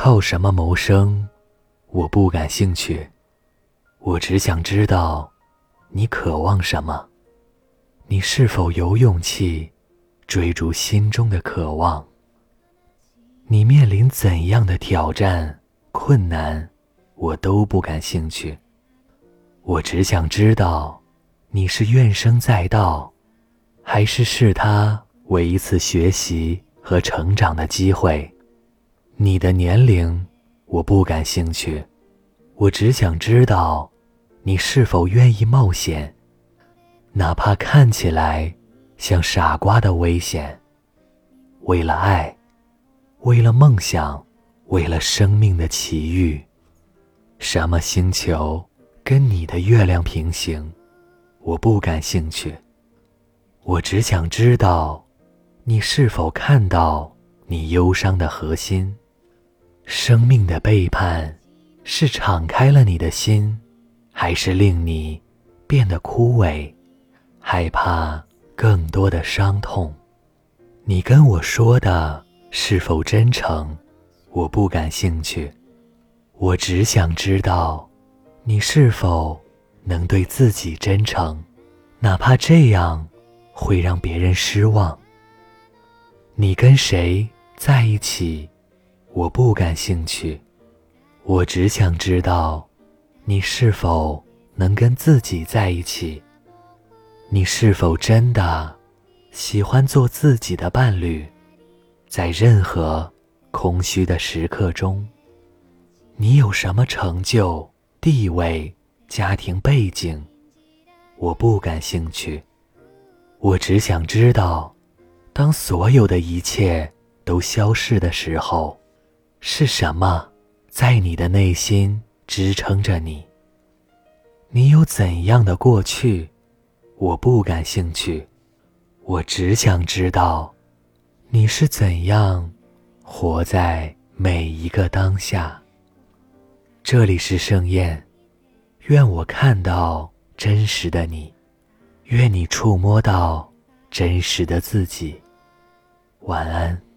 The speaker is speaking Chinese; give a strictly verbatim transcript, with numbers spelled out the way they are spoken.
靠什么谋生，我不感兴趣。我只想知道，你渴望什么？你是否有勇气追逐心中的渴望？你面临怎样的挑战、困难，我都不感兴趣。我只想知道，你是怨声载道，还是视它为一次学习和成长的机会？你的年龄，我不感兴趣。我只想知道，你是否愿意冒险，哪怕看起来像傻瓜的危险。为了爱，为了梦想，为了生命的奇遇。什么星球跟你的月亮平行，我不感兴趣。我只想知道，你是否看到你忧伤的核心。生命的背叛，是敞开了你的心，还是令你变得枯萎，害怕更多的伤痛？你跟我说的是否真诚，我不感兴趣。我只想知道，你是否能对自己真诚，哪怕这样会让别人失望。你跟谁在一起，我不感兴趣。我只想知道，你是否能跟自己在一起。你是否真的喜欢做自己的伴侣，在任何空虚的时刻中？你有什么成就、地位、家庭背景，我不感兴趣。我只想知道，当所有的一切都消逝的时候，是什么在你的内心支撑着你？你有怎样的过去，我不感兴趣。我只想知道，你是怎样活在每一个当下。这里是盛宴，愿我看到真实的你，愿你触摸到真实的自己。晚安。